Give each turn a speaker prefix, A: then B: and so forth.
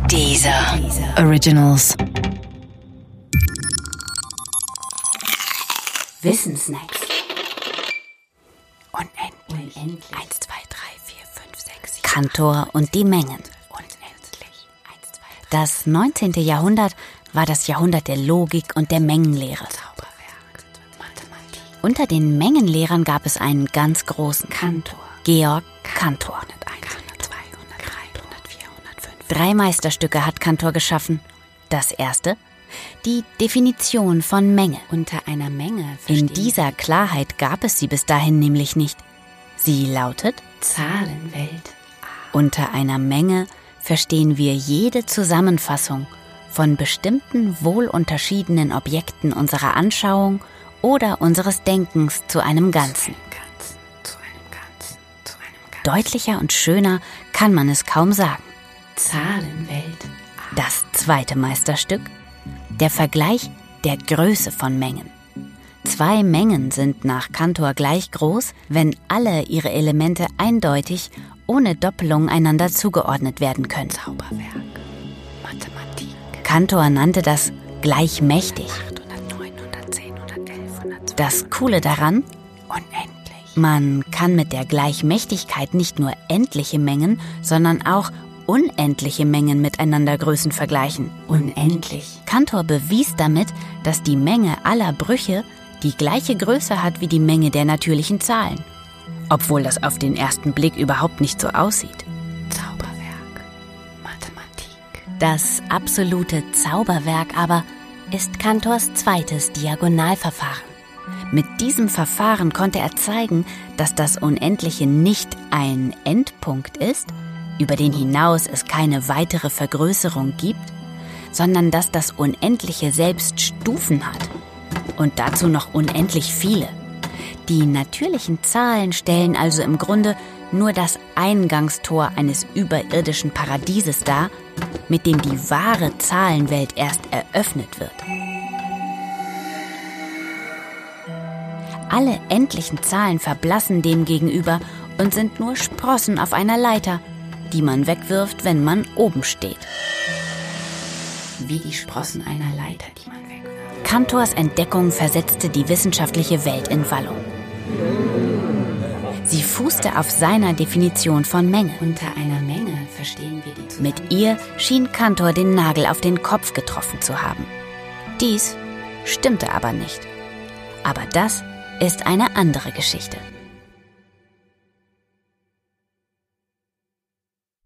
A: Deezer Originals.
B: Wissensnacks.
C: Unendlich.
B: 1,
C: 2, 3, 4, 5, 6, 7,
B: Kantor und die Mengen.
C: Unendlich. 1, 2, 3.
B: Das 19. Jahrhundert war das Jahrhundert der Logik und der Mengenlehre.
C: Zauberwerk. Mathematik.
B: Unter den Mengenlehrern gab es einen ganz großen,
C: Kantor.
B: Georg Cantor.
C: 101, 102, 103, 104, 105.
B: 3 Meisterstücke hat Cantor geschaffen. Das erste, die Definition von Menge.
C: Unter einer Menge
B: In dieser Klarheit gab es sie bis dahin nämlich nicht. Sie lautet:
C: Zahlenwelt.
B: Unter einer Menge verstehen wir jede Zusammenfassung von bestimmten wohlunterschiedenen Objekten unserer Anschauung oder unseres Denkens zu einem Ganzen.
C: Zu einem Ganzen.
B: Deutlicher und schöner kann man es kaum sagen.
C: Zahlenwelt.
B: Das zweite Meisterstück, der Vergleich der Größe von Mengen. 2 Mengen sind nach Cantor gleich groß, wenn alle ihre Elemente eindeutig, ohne Doppelung einander zugeordnet werden können.
C: Zauberwerk. Mathematik.
B: Cantor nannte das gleichmächtig.
C: 809, 110, 111, 112.
B: Das Coole daran:
C: Unendlich.
B: man kann mit der Gleichmächtigkeit nicht nur endliche Mengen, sondern auch unendliche Mengen miteinander Größen vergleichen.
C: Unendlich.
B: Cantor bewies damit, dass die Menge aller Brüche die gleiche Größe hat wie die Menge der natürlichen Zahlen. Obwohl das auf den ersten Blick überhaupt nicht so aussieht.
C: Zauberwerk. Mathematik.
B: Das absolute Zauberwerk aber ist Cantors zweites Diagonalverfahren. Mit diesem Verfahren konnte er zeigen, dass das Unendliche nicht ein Endpunkt ist, über den hinaus es keine weitere Vergrößerung gibt, sondern dass das Unendliche selbst Stufen hat. Und dazu noch unendlich viele. Die natürlichen Zahlen stellen also im Grunde nur das Eingangstor eines überirdischen Paradieses dar, mit dem die wahre Zahlenwelt erst eröffnet wird. Alle endlichen Zahlen verblassen dem gegenüber und sind nur Sprossen auf einer Leiter, die man wegwirft, wenn man oben steht.
C: Wie die Sprossen einer Leiter, die man wegwirft.
B: Cantors Entdeckung versetzte die wissenschaftliche Welt in Wallung. Sie fußte auf seiner Definition von Menge.
C: Unter einer Menge verstehen wir die
B: Mit ihr schien Cantor den Nagel auf den Kopf getroffen zu haben. Dies stimmte aber nicht. Aber das ist eine andere Geschichte.